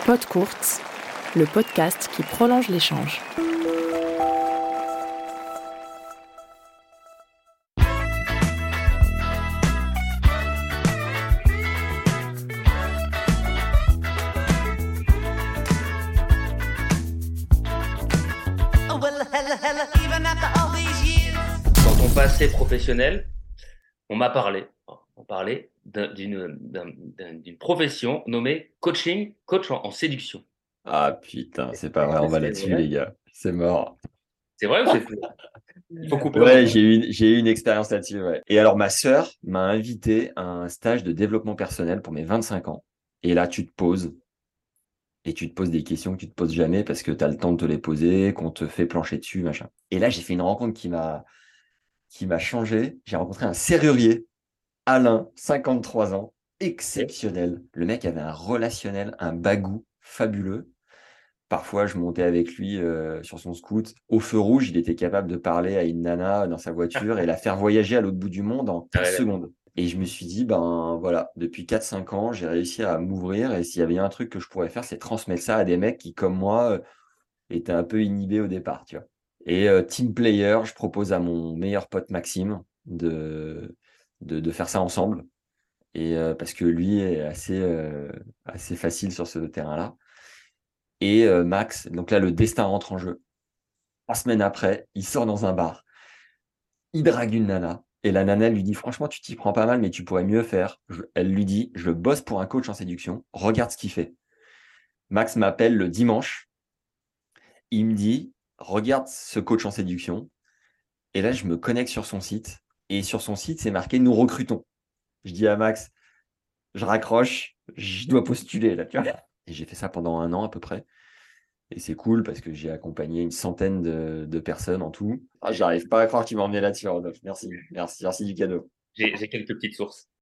Podcourts, le podcast qui prolonge l'échange. Dans ton passé professionnel, on m'a parlé. On parlait d'une profession nommée coach en séduction. Ah putain, c'est pas vrai, on va là-dessus, les gars. C'est mort. C'est vrai ou c'est faux? Il faut couper. Ouais, j'ai eu une expérience là-dessus, ouais. Et alors, ma sœur m'a invité à un stage de développement personnel pour mes 25 ans. Et là, tu te poses des questions que tu te poses jamais parce que tu as le temps de te les poser, qu'on te fait plancher dessus, machin. Et là, j'ai fait une rencontre qui m'a changé. J'ai rencontré un serrurier, Alain, 53 ans, exceptionnel. Le mec avait un relationnel, un bagou fabuleux. Parfois, je montais avec lui sur son scoot. Au feu rouge, il était capable de parler à une nana dans sa voiture et la faire voyager à l'autre bout du monde en 15 secondes. Et je me suis dit, ben voilà, depuis 4-5 ans, j'ai réussi à m'ouvrir. Et s'il y avait un truc que je pourrais faire, c'est transmettre ça à des mecs qui, comme moi, étaient un peu inhibés au départ, tu vois. Et team player, je propose à mon meilleur pote Maxime de faire ça ensemble. Et parce que lui est assez facile sur ce terrain-là. Et Max, donc là, le destin rentre en jeu. 3 semaines après, il sort dans un bar. Il drague une nana. Et la nana lui dit, franchement, tu t'y prends pas mal, mais tu pourrais mieux faire. Elle lui dit, je bosse pour un coach en séduction. Regarde ce qu'il fait. Max m'appelle le dimanche. Il me dit, regarde ce coach en séduction. Et là, je me connecte sur son site. Et sur son site, c'est marqué, nous recrutons. Je dis à Max, je raccroche, je dois postuler là, tu vois. Et j'ai fait ça pendant 1 an à peu près. Et c'est cool parce que j'ai accompagné une centaine de personnes en tout. Ah, j'arrive pas à croire qu'il m'a emmené là-dessus, Rodolphe. Merci du cadeau. J'ai quelques petites sources.